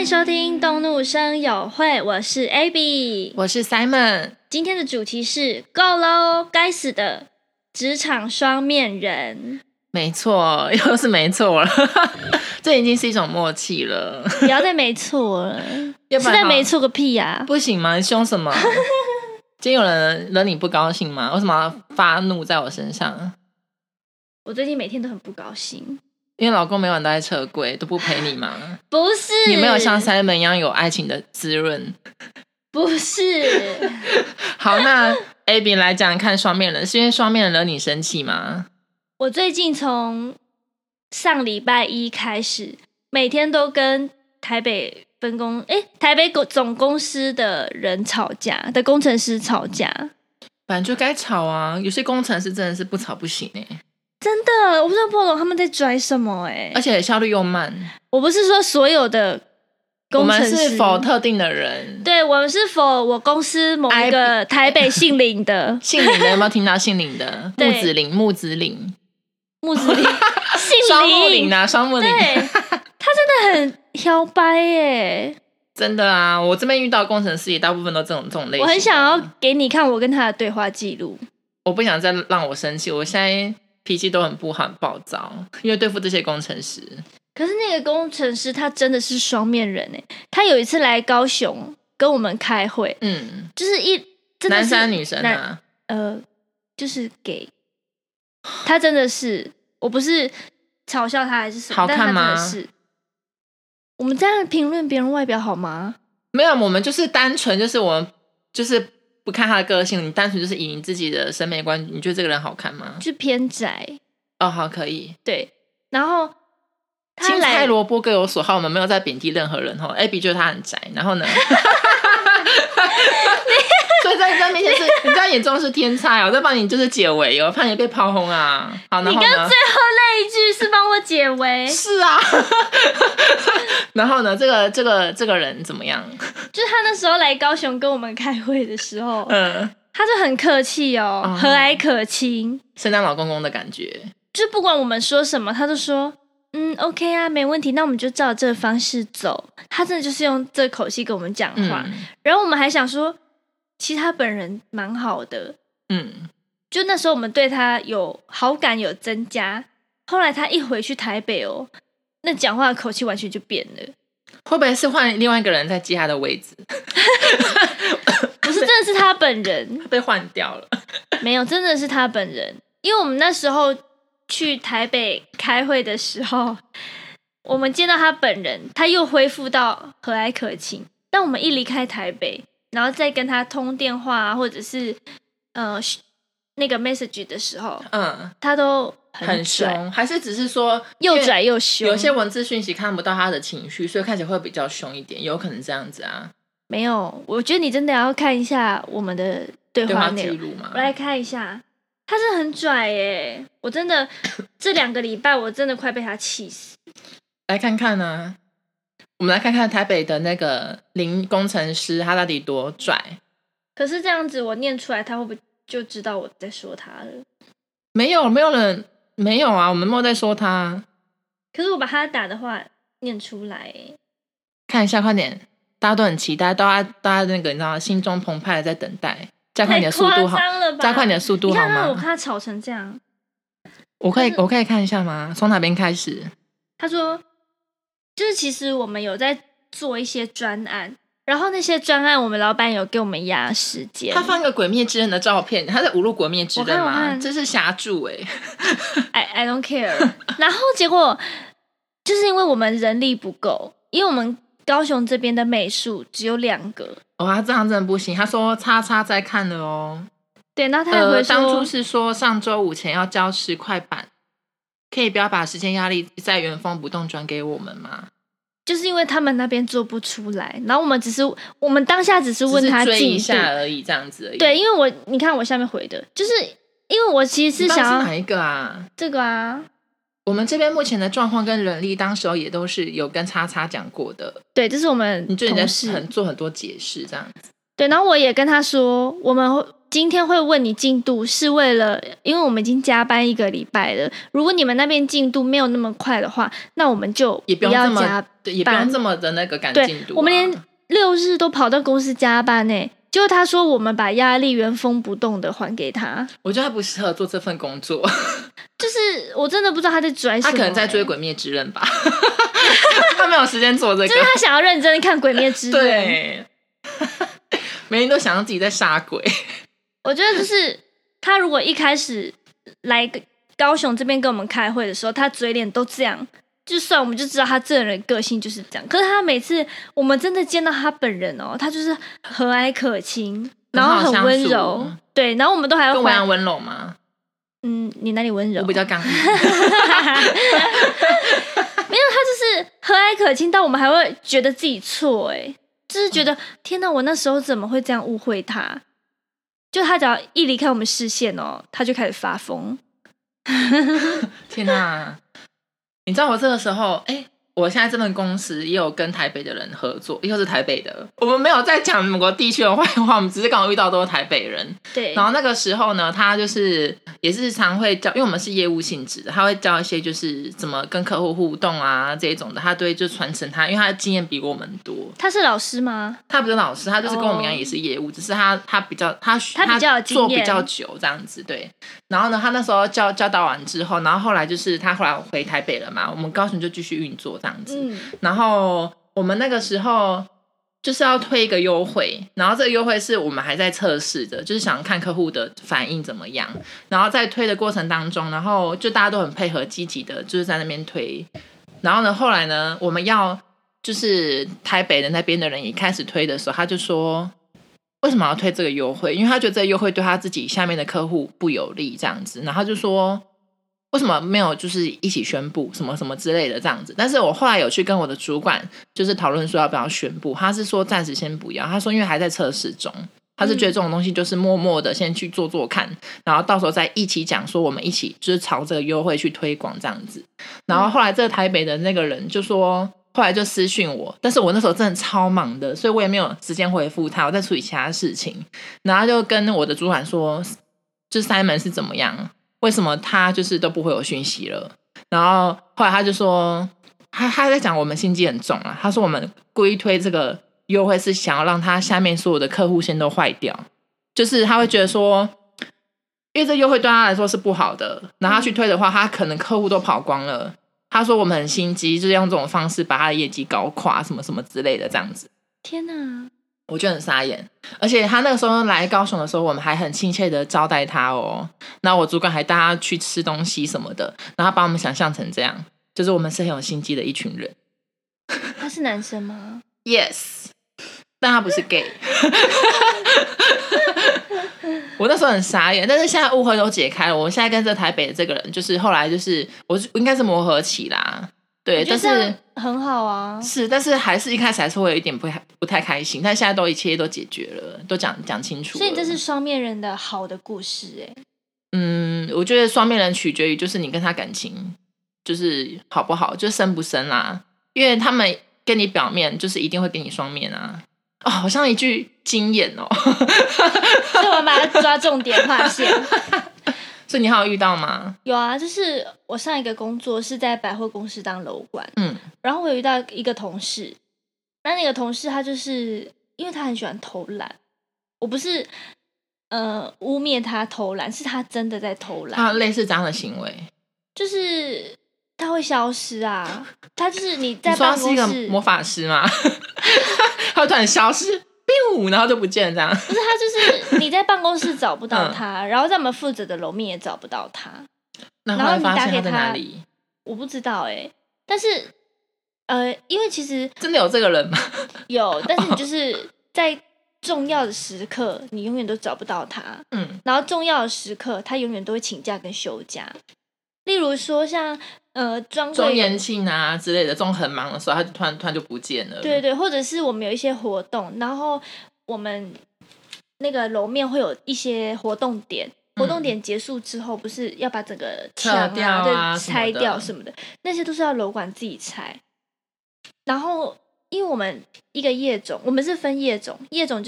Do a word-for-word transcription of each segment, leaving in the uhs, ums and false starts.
收听动怒声友会，我是 Abby， 我是 Simon。 今天的主题是够咯，该死的职场双面人。 没错，又是没错了这已经是一种默契了不要再没错了要不然现在没错个屁啊， 不行吗？你凶什么今天有人惹你不高兴吗？为什么要发怒在我身上？ 我最近每天都很不高兴， 因为老公每晚都在车柜，都不陪你吗？ 不是， 你没有像 Simon 一样有爱情的滋润。 不是好，那 Abby 来讲看双面人，是因为双面人惹你生气吗？ 我最近从上礼拜一开始，每天都跟台北分公诶台北总公司的人吵架，的工程师吵架。 本来就该吵啊，有些工程师真的是不吵不行欸。 真的，我不知道不懂他们在拽什么欸， 而且效率又慢。 我不是说所有的工程师， 我们是否特定的人？ 对，我们是否我公司某一个台北姓林的姓林的有没有听到姓林的？木子林，木子林， 木子林，姓林， 双木林啊，双木林。 对，他真的很摇摆耶。 真的啊，我这边遇到工程师也大部分都这种这种类型。 我很想要给你看我跟他的对话记录。 我不想再让我生气，我现在脾气都很不好很暴躁，因为对付这些工程师。 可是那个工程师他真的是双面人耶，他有一次来高雄跟我们开会，嗯，就是一真的是男生女生啊， 呃，就是给他真的是，我不是嘲笑他还是什么， 好看吗？ 但他真的是，我们这样评论别人外表好吗？ 没有，我们就是单纯就是我们就是不看他的个性，你单纯就是以你自己的审美观，你觉得这个人好看吗？ 就偏窄。 哦，好，可以。 对，然后青菜萝卜各有所好，我们没有在贬低任何人哦。Abby 觉得他很宅，然后呢？所以在你在面前是，你在眼中是天菜哦，我在帮你就是解围哦，怕你被炮轰啊。好，然后呢？ 你刚最后那一句是帮我解围。 是啊。然后呢？这个这个这个人怎么样？ 就是他那时候来高雄跟我们开会的时候，嗯，他就很客气哦，嗯、和蔼可亲， 圣诞老公公的感觉。 就不管我们说什么，他就说嗯 OK 啊，没问题，那我们就照这个方式走。他真的就是用这口气跟我们讲话、嗯、然后我们还想说其实他本人蛮好的，嗯，就那时候我们对他有好感有增加。后来他一回去台北哦，那讲话的口气完全就变了。 会不会是换另外一个人在接他的位置？ 不是，真的是他本人被换掉了。 没有，真的是他本人。因为我们那时候去台北开会的时候，我们见到他本人，他又恢复到和蔼可亲。但我们一离开台北，然后再跟他通电话、啊、或者是呃那个 message 的时候，嗯，他都很, 很凶，还是只是说又拽又凶？ 有些文字讯息看不到他的情绪，所以看起来会比较凶一点，有可能这样子啊。 没有，我觉得你真的要看一下我们的对话内容记录吗？ 我来看一下。他是很拽耶，我真的这两个礼拜我真的快被他气死。 来看看啊，我们来看看台北的那个林工程师他到底多拽。 可是这样子我念出来，他会不会就知道我在说他了？ 没有，没有人，没有啊，我们没有在说他。 可是我把他打的话念出来耶， 看一下，快点，大家都很期待，大家大家那个你知道心中澎湃的在等待。加快你的速度好，加快你的速度好吗？ 你看，我看他吵成这样， 我可以我可以看一下吗？从哪边开始？ 他说，就是其实我们有在做一些专案，然后那些专案我们老板有给我们压时间。 他放个鬼灭之刃的照片，他在侮辱鬼灭之刃吗？这是侠助哎、 欸、！I I don't care 。然后结果就是因为我们人力不够，因为我们高雄这边的美术只有两个。 哦，他这样真的不行。他说叉叉在看了哦。 对，那他也会说、 呃、当初是说上周五前要交十块版，可以不要把时间压力在原封不动转给我们吗？ 就是因为他们那边做不出来，然后我们只是我们当下只是问他进度， 追一下而已，这样子而已。 对，因为我你看我下面回的，就是因为我其实是想要是哪一个啊？ 这个啊。 我们这边目前的状况跟人力，当时候也都是有跟叉叉讲过的。 对，这是我们你最近在很做很多解释这样子。 对，然后我也跟他说，我们今天会问你进度是为了，因为我们已经加班一个礼拜了，如果你们那边进度没有那么快的话，那我们就不要加班， 也不用这么，也不用这么的那个赶进度、啊、 我们连六日都跑到公司加班呢、欸。结果他说我们把压力原封不动的还给他， 我觉得他不适合做这份工作。 就是我真的不知道他在追什么、欸、 他可能在追《鬼灭之刃》吧。他没有时间做这个， 就是他想要认真看《鬼灭之刃》。 对，每天都想要自己在杀鬼。 我觉得就是他如果一开始来高雄这边跟我们开会的时候，他嘴脸都这样，就算我们就知道他这人个性就是这样。可是他每次我们真的见到他本人哦，他就是和蔼可亲，然后很温柔，对，然后我们都还要跟我一样温柔吗？ 嗯，你哪里温柔？ 我比较刚毅。 没有，他就是和蔼可亲，但我们还会觉得自己错，哎，就是觉得、嗯、天哪，我那时候怎么会这样误会他？就他只要一离开我们视线哦，他就开始发疯。 天哪！你知道我这个时候，哎，我现在这份公司也有跟台北的人合作，又是台北的。我们没有在讲某个地区的坏话，我们只是刚好遇到都是台北人。 对。 然后那个时候呢，他就是也是常会教，因为我们是业务性质的，他会教一些就是怎么跟客户互动啊这种的，他都会就传承他，因为他的经验比我们多。 他是老师吗？ 他不是老师，他就是跟我们一样也是业务， oh. 只是他他比较他他比较有经验， 做比较久这样子。对。然后呢，他那时候教教导完之后，然后后来就是他后来回台北了嘛，我们高雄就继续运作这样子。嗯。然后我们那个时候就是要推一个优惠，然后这个优惠是我们还在测试的，就是想看客户的反应怎么样。然后在推的过程当中，然后就大家都很配合积极的，就是在那边推。然后呢，后来呢，我们要就是台北的那边的人也开始推的时候，他就说为什么要推这个优惠？因为他觉得这个优惠对他自己下面的客户不有利这样子。然后他就说为什么没有就是一起宣布什么什么之类的这样子。但是我后来有去跟我的主管就是讨论说要不要宣布，他是说暂时先不要，他说因为还在测试中，他是觉得这种东西就是默默的先去做做看，然后到时候再一起讲说我们一起就是朝这个优惠去推广这样子。然后后来这个台北的那个人就说后来就私讯我，但是我那时候真的超忙的，所以我也没有时间回复他，我在处理其他事情。然后就跟我的主管说就 Simon 是怎么样，为什么他就是都不会有讯息了。然后后来他就说他他在讲我们心机很重啊，他说我们故意推这个优惠是想要让他下面所有的客户先都坏掉，就是他会觉得说因为这优惠对他来说是不好的，然后他去推的话他可能客户都跑光了。他说我们很心机，就是用这种方式把他的业绩搞垮什么什么之类的这样子。 天哪， 我觉得很傻眼。而且他那个时候来高雄的时候，我们还很亲切的招待他哦，然后我主管还带他去吃东西什么的，然后把我们想象成这样，就是我们是很有心机的一群人。 他是男生吗？ Yes， 但他不是 gay。我那时候很傻眼，但是现在误会都解开了。我现在跟这台北的这个人，就是后来就是我应该是磨合期啦，对，但是很好啊， 是，但是还是一开始还是会有一点不太不太开心，但现在都一切都解决了，都讲讲清楚了。 所以这是双面人的好的故事哎。 嗯，我觉得双面人取决于就是你跟他感情就是好不好，就深不深啦，因为他们跟你表面就是一定会给你双面啊。哦，好像一句金言哦。 所以我们把它抓重点划线。 所以你还有遇到吗？ 有啊，就是我上一个工作是在百货公司当楼管， 嗯， 然后我有遇到一个同事，那那个同事他就是因为他很喜欢偷懒，我不是呃污蔑他偷懒，是他真的在偷懒。 他类似这样的行为， 就是他会消失啊，他就是你在办公室， 你说他是一个魔法师吗？他会突然消失，然后就不见了这样。 不是，他就是你在办公室找不到他，嗯、然后在我们负责的楼面也找不到他。 然后你打给他在哪里？ 我不知道哎、欸，但是呃，因为其实真的有这个人吗？ 有，但是你就是在重要的时刻，你永远都找不到他。嗯，然后重要的时刻，他永远都会请假跟休假。例如说像呃专周年庆啊之类的，这种很忙的时候，他就突然突然就不见了。 对对，或者是我们有一些活动，然后我们那个楼面会有一些活动点，活动点结束之后，不是要把整个墙啊、 掉啊对拆掉什么的，那些都是要楼管自己拆。然后因为我们一个业种，我们是分业种，业种就是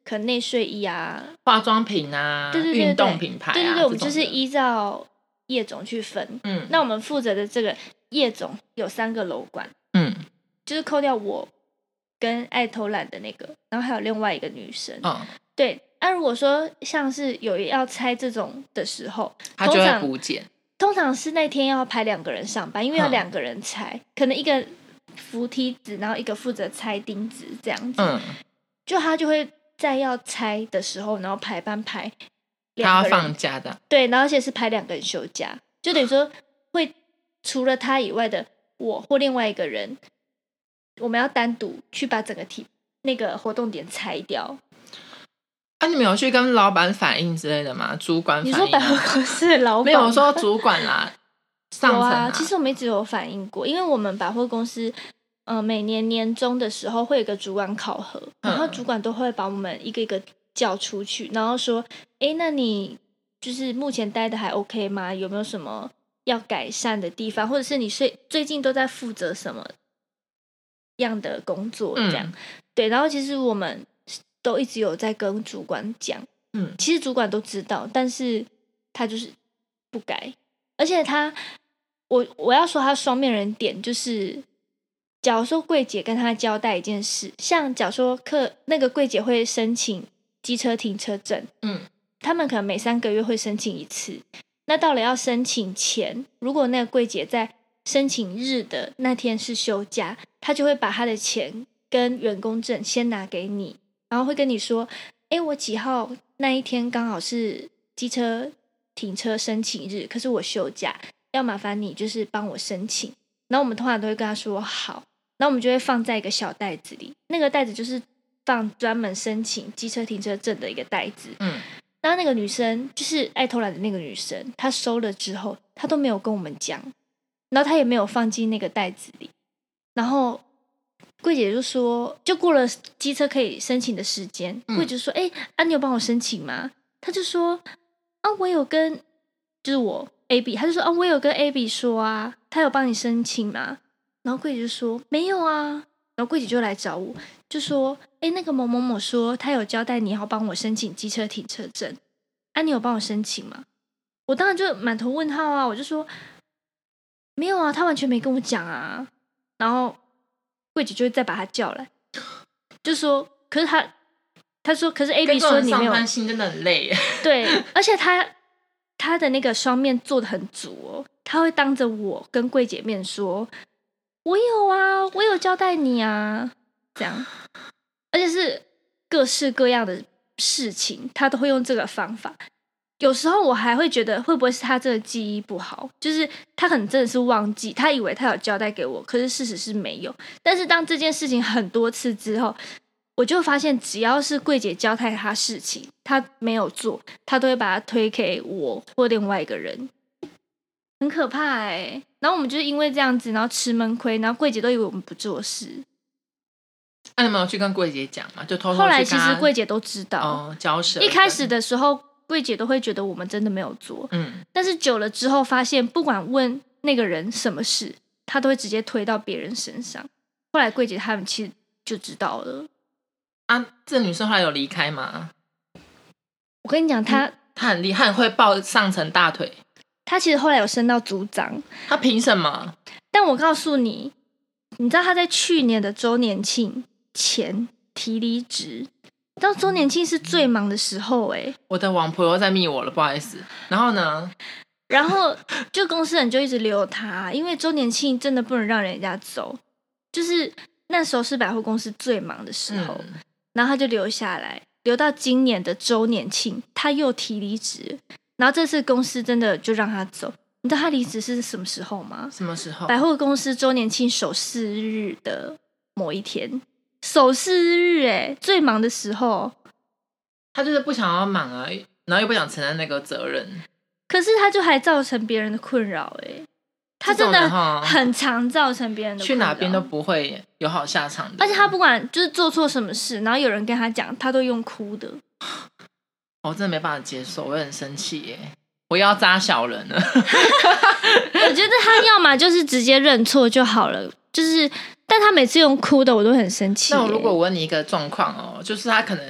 可能内睡衣啊、 化妆品啊、 对对对对运动品牌啊， 对对对，我们就是依照业种去分。嗯，那我们负责的这个业种有三个楼管，嗯，就是扣掉我跟爱偷懒的那个，然后还有另外一个女生。嗯，对。那、啊、如果说像是有要拆这种的时候， 他就会补检。 通常是那天要排两个人上班，因为要两个人拆，嗯、可能一个扶梯子，然后一个负责拆钉子这样子。嗯，就他就会在要拆的时候，然后排班排两个人， 他要放假的。 对，然后而且是排两个人休假，就等于说会除了他以外的我或另外一个人，我们要单独去把整个体那个活动点拆掉。 啊，你们有去跟老板反映之类的吗？主管反映、啊？ 你说百货公司的老板？ 没有，我说主管啦，上层、啊。 有啊，其实我们一直有反映过，因为我们百货公司，呃，每年年终的时候会有一个主管考核，然后主管都会把我们一个一个叫出去，然后说，哎，那你就是目前待的还 OK 吗？有没有什么要改善的地方，或者是你最最近都在负责什么样的工作？这样、嗯、对，然后其实我们都一直有在跟主管讲，嗯，其实主管都知道，但是他就是不改，而且他，我我要说他双面人点，就是假如说柜姐跟他交代一件事，像假如说客那个柜姐会申请机车停车证，嗯，他们可能每三个月会申请一次，那到了要申请前，如果那个柜姐在申请日的那天是休假，他就会把他的钱跟员工证先拿给你。然后会跟你说，哎，我几号那一天刚好是机车停车申请日，可是我休假，要麻烦你就是帮我申请。然后我们通常都会跟他说好，然后我们就会放在一个小袋子里，那个袋子就是放专门申请机车停车证的一个袋子。嗯，然后那个女生就是爱偷懒的那个女生，她收了之后，她都没有跟我们讲，然后她也没有放进那个袋子里，然后柜姐就说，就过了机车可以申请的时间，柜、嗯、姐就说：“哎、欸，啊，你有帮我申请吗？”他就说：“啊，我有跟，就是我 A B， 他就说啊，我有跟 A B 说啊，他有帮你申请吗？”然后柜姐就说：“没有啊。”然后柜姐就来找我，就说：“哎、欸，那个某某某说他有交代你要帮我申请机车停车证，啊，你有帮我申请吗？”我当然就满头问号啊，我就说：“没有啊，他完全没跟我讲啊。”然后柜姐就会再把他叫来，就说：“可是他，他说，可是 A B 说你没有。” 上班心真的很累。 对，而且他他的那个双面做的很足哦，他会当着我跟柜姐面说：“我有啊，我有交代你啊。”这样，而且是各式各样的事情，他都会用这个方法。有时候我还会觉得会不会是他这个记忆不好，就是他可能真的是忘记，他以为他有交代给我，可是事实是没有。但是当这件事情很多次之后，我就发现只要是柜姐交代他事情他没有做，他都会把它推给我或另外一个人，很可怕欸。然后我们就是因为这样子，然后吃闷亏，然后柜姐都以为我们不做事。 那、啊、你们有去跟柜姐讲吗？就偷偷去跟她， 后来其实柜姐都知道， 哦，交涉。 一开始的时候柜姐都会觉得我们真的没有做，嗯，但是久了之后发现，不管问那个人什么事，他都会直接推到别人身上。后来柜姐他们其实就知道了。 啊，这女生后来有离开吗？ 我跟你讲，她、嗯、 她很厉害，很会抱上层大腿。 她其实后来有升到组长。 她凭什么？ 但我告诉你，你知道她在去年的周年庆前提离职。到周年庆是最忙的时候哎、欸， 我的网婆又在密我了，不好意思。然后呢？ 然后就公司人就一直留他，因为周年庆真的不能让人家走，就是那时候是百货公司最忙的时候，嗯、然后他就留下来，留到今年的周年庆，他又提离职，然后这次公司真的就让他走。你知道他离职是什么时候吗？ 什么时候？ 百货公司周年庆首四日的某一天。首四日哎，最忙的时候， 他就是不想要忙啊，然后又不想承担那个责任。 可是他就还造成别人的困扰哎，他真的很常造成别人的困扰， 去哪边都不会有好下场的。 而且他不管就是做错什么事，然后有人跟他讲，他都用哭的。 我真的没办法接受，我也很生气耶，我要扎小人了。 我觉得他要嘛就是直接认错就好了，就是。但他每次用哭的我都很生气。 那我如果我问你一个状况哦，就是他可能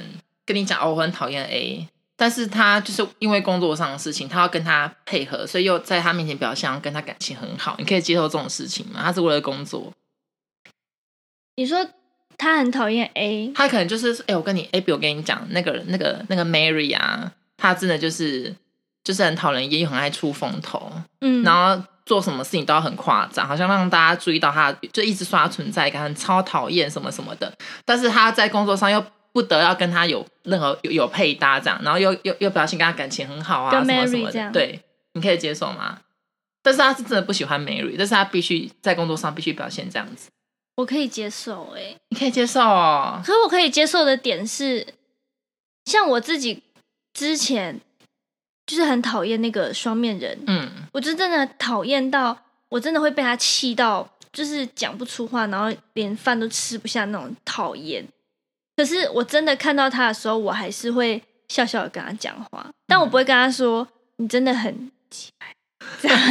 跟你讲哦，我很讨厌 A， 但是他就是因为工作上的事情，他要跟他配合，所以又在他面前表现跟他感情很好，你可以接受这种事情吗？他是为了工作。 你说他很讨厌 A， 他可能就是哎、欸，我跟你 A B， 我跟你讲，那个那个那个 Mary 啊，他真的就是就是很讨人厌，又很爱出风头，嗯，然后做什么事情都要很夸张，好像让大家注意到他，就一直刷存在感，很超讨厌什么什么的。但是他在工作上又不得要跟他有任何 有, 有配搭这样，然后又又又表现跟他感情很好啊， 跟 Mary 什么什么的， 对，你可以接受吗？但是他是真的不喜欢 Mary， 但是他必须在工作上必须表现这样子。 我可以接受哎、欸， 你可以接受哦。 可是我可以接受的点是，像我自己之前就是很讨厌那个双面人，嗯，我就真的讨厌到我真的会被他气到，就是讲不出话，然后连饭都吃不下那种讨厌。可是我真的看到他的时候，我还是会笑笑的跟他讲话，但我不会跟他说、嗯、你真的很奇怪这样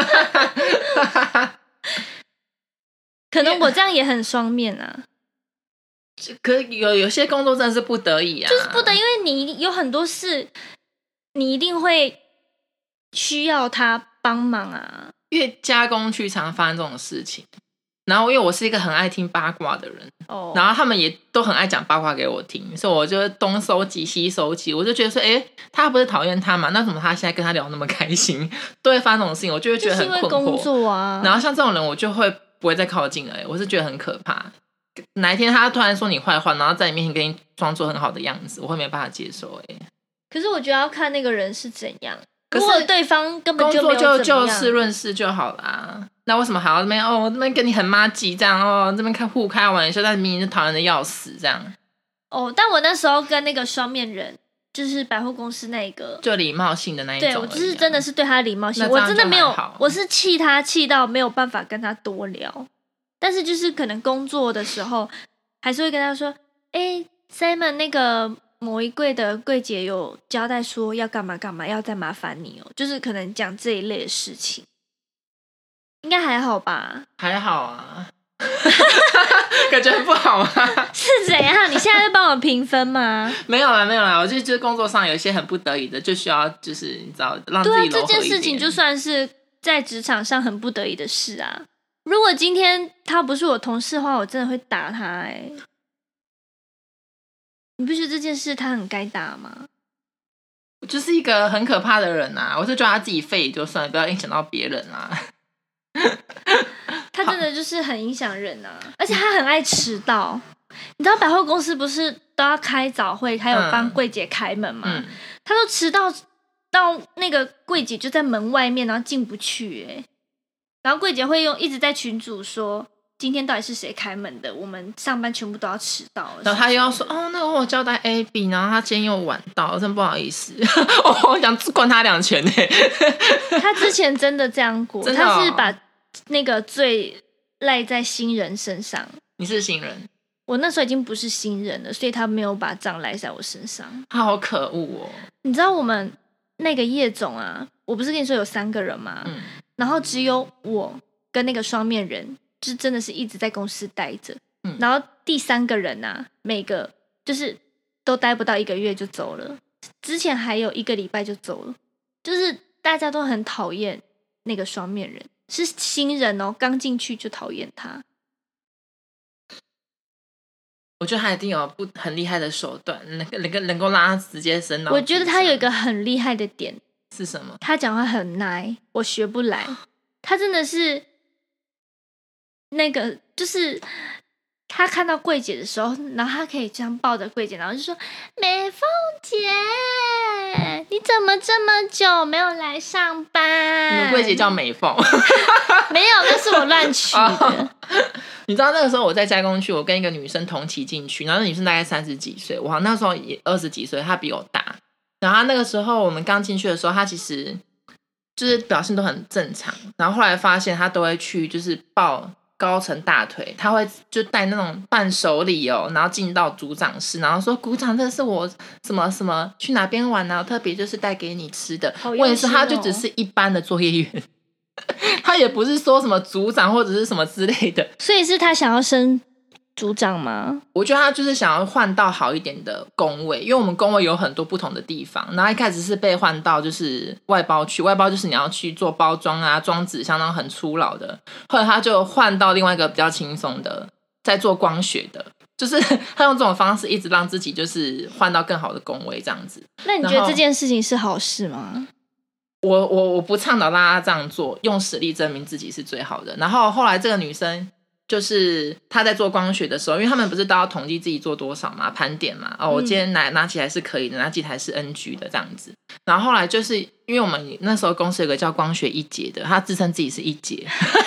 可能我这样也很双面啊。 可有有些工作真的是不得已啊， 就是不得，因为你有很多事，你一定会需要他帮忙啊。 因为加工区常发生这种事情，然后因为我是一个很爱听八卦的人，哦，然后他们也都很爱讲八卦给我听，所以我就东收集西收集，我就觉得说，哎，他不是讨厌他嘛？那怎么他现在跟他聊那么开心？都会发生这种事情，我就会觉得很困惑。 就是因为工作啊。 然后像这种人，我就会不会再靠近了，我是觉得很可怕。哪一天他突然说你坏话，然后在你面前跟你装作很好的样子，我会没办法接受。哎， 可是我觉得要看那个人是怎样。如果对方根本就没有工作就就事论事就好啦，那为什么还要那边哦？那边跟你很麻吉这样哦，这边看互开玩笑，但明明就讨厌的要死这样。 哦，但我那时候跟那个双面人，就是百货公司那个， 就礼貌性的那一种、啊。 对，我就是真的是对他礼貌性，我真的没有，我是气他气到没有办法跟他多聊。但是就是可能工作的时候，还是会跟他说：“哎 ，Simon， 那个某一柜的柜姐有交代说要干嘛干嘛，要再麻烦你哦。”就是可能讲这一类的事情，应该还好吧？ 还好啊，感觉很不好啊。 是怎样？你现在在帮我评分吗？ 没有啦，没有啦，我就觉得工作上有一些很不得已的，就需要就是你知道让自己柔和一点。对啊， 这件事情就算是在职场上很不得已的事啊。如果今天他不是我同事的话，我真的会打他哎、欸！你不觉得这件事他很该打吗？ 我就是一个很可怕的人啊！我是觉得他自己废也就算了，不要影响到别人啊。 他真的就是很影响人啊，而且他很爱迟到。你知道百货公司不是都要开早会，还有帮柜姐开门吗？嗯、他都迟到到那个柜姐就在门外面，然后进不去哎、欸。然后柜姐会用一直在群组说今天到底是谁开门的，我们上班全部都要迟到了。 然后他又要说哦，那个我交代 A B， 然后他今天又晚到，真不好意思。哦、我想灌他两拳呢。 他之前真的这样过， 哦、 他是把那个罪赖在新人身上。 你是新人， 我那时候已经不是新人了，所以他没有把账赖在我身上。 他好可恶哦！ 你知道我们那个叶总啊，我不是跟你说有三个人吗？嗯。然后只有我跟那个双面人，就真的是一直在公司待着。嗯、然后第三个人啊，每个就是都待不到一个月就走了，之前还有一个礼拜就走了。就是大家都很讨厌那个双面人，是新人哦，刚进去就讨厌他。 我觉得他一定有不很厉害的手段，能能够能够让他直接升到。 我觉得他有一个很厉害的点。 是什么？ 他讲话很奶，我学不来。他真的是那个，就是他看到柜姐的时候，然后他可以这样抱着柜姐，然后就说：“美凤姐，你怎么这么久没有来上班？” 你们柜姐叫美凤？ 没有，那是我乱取的。哦、 你知道那个时候我在加工区，我跟一个女生同期进去，然后那女生大概三十几岁，我那时候也二十几岁，她比我大。然后那个时候我们刚进去的时候，他其实就是表现都很正常。然后后来发现他都会去就是抱高层大腿，他会就带那种伴手礼哦，然后进到组长室，然后说组长这是我什么什么去哪边玩啊，特别就是带给你吃的。 哦、 问题是他就只是一般的作业员，他也不是说什么组长或者是什么之类的。 所以是他想要升组长吗？ 我觉得他就是想要换到好一点的工位，因为我们工位有很多不同的地方，然后一开始是被换到就是外包去，外包就是你要去做包装啊，装纸相当很粗劳的，后来他就换到另外一个比较轻松的，在做光学的，就是他用这种方式一直让自己就是换到更好的工位这样子。 那你觉得这件事情是好事吗？ 我我我不倡导大家这样做，用实力证明自己是最好的。然后后来这个女生就是她在做光学的时候，因为他们不是都要统计自己做多少嘛，盘点嘛，哦，我今天拿拿起来是可以的，拿几台是 N G 的这样子。然后后来就是因为我们那时候公司有个叫光学一姐的，她自称自己是一姐。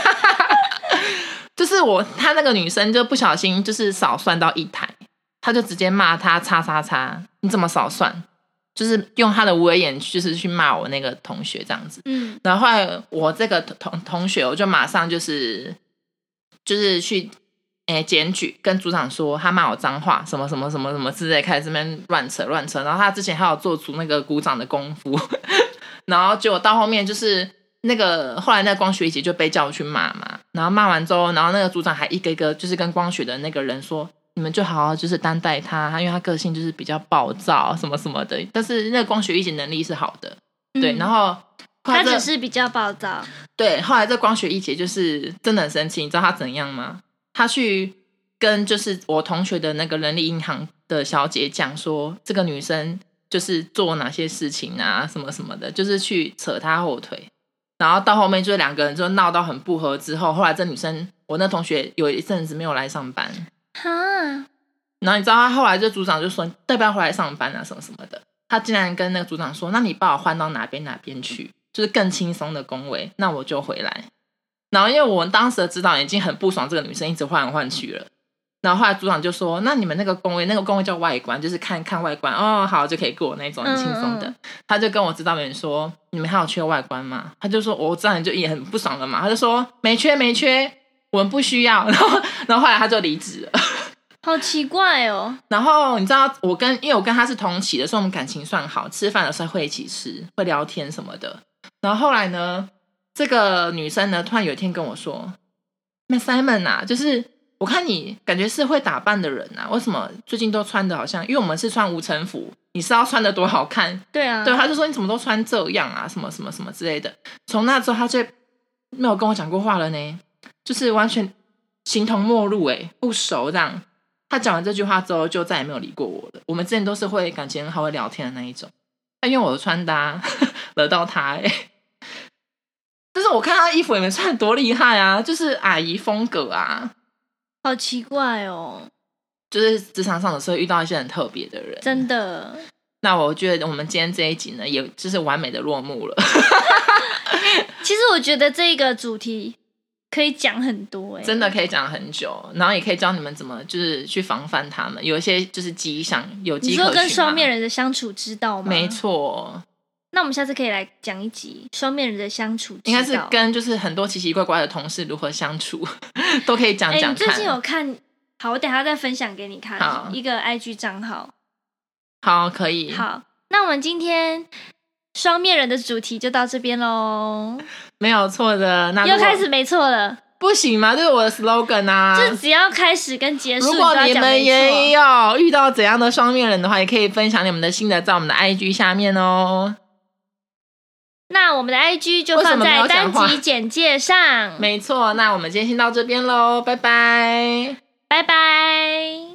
就是我，她那个女生就不小心就是少算到一台，她就直接骂她叉叉叉，你怎么少算？就是用她的威严，就是去骂我那个同学这样子。嗯，然后后来我这个同同学，我就马上就是就是去诶检举，跟组长说他骂我脏话，什么什么什么什么之类，开始这边乱扯乱扯。然后他之前还有做出那个鼓掌的功夫，然后结果到后面就是那个后来那个光学一姐就被叫去骂嘛，然后骂完之后，然后那个组长还一个一个就是跟光学的那个人说。你们就好好就是担待他，因为他个性就是比较暴躁什么什么的，但是那个光学一姐能力是好的，嗯、对，然后他只是比较暴躁， 对，后来这光学一姐就是真的很生气，你知道他怎样吗？他去跟就是我同学的那个人力银行的小姐讲说，这个女生就是做哪些事情啊，什么什么的，就是去扯她后腿，然后到后面就是两个人就闹到很不合之后，后来这女生我那同学有一阵子没有来上班。哈，然后你知道他后来就组长就说要不要回来上班啊什么什么的，他竟然跟那个组长说，那你把我换到哪边哪边去，就是更轻松的工位，那我就回来。然后因为我们当时的指导已经很不爽这个女生一直换来换去了，然后后来组长就说，那你们那个工位那个工位叫外观，就是看看外观哦，好就可以过那种很轻松的。嗯嗯，他就跟我指导员说，你们还有缺外观吗？他就说我指导员就也很不爽了嘛，他就说没缺没缺，我们不需要。然后然后后来他就离职了。 好奇怪哦。 然后你知道我跟因为我跟他是同期的，所以我们感情算好，吃饭的时候会一起吃，会聊天什么的。然后后来呢，这个女生呢突然有一天跟我说，那 Simon 啊，就是我看你感觉是会打扮的人啊，为什么最近都穿的好像，因为我们是穿无尘服，你是要穿的多好看。 对啊， 对，他就说你怎么都穿这样啊，什么什么什么之类的。从那之后他就没有跟我讲过话了呢，就是完全形同陌路，哎，不熟这样。他讲完这句话之后就再也没有理过我了。我们之前都是会感情很好会聊天的那一种，但因为我的穿搭惹到他，哎，但是我看他衣服也没穿多厉害啊，就是阿姨风格啊， 好奇怪哦。 就是职场上的时候遇到一些很特别的人， 真的。 那我觉得我们今天这一集呢，也就是完美的落幕了。 其实我觉得这个主题可以讲很多、欸、 真的可以讲很久，然后也可以教你们怎么就是去防范他们，有一些就是迹象有迹可循。 你说跟双面人的相处之道吗？ 没错。 那我们下次可以来讲一集双面人的相处之道， 应该是跟就是很多奇奇怪怪的同事如何相处都可以讲讲看、欸、 你最近有看？好，我等一下再分享给你看一个 I G 账号。 好，可以。 好，那我们今天双面人的主题就到这边咯。 没有错的。那又开始没错了。 不行吗？这是我的 slogan 啊， 就只要开始跟结束。 如果你们也有遇到怎样的双面人的话，也可以分享你们的心得在我们的 I G 下面哦。 那我们的 I G 就放在单集简介上。 没错，那我们今天先到这边咯，拜拜， 拜拜。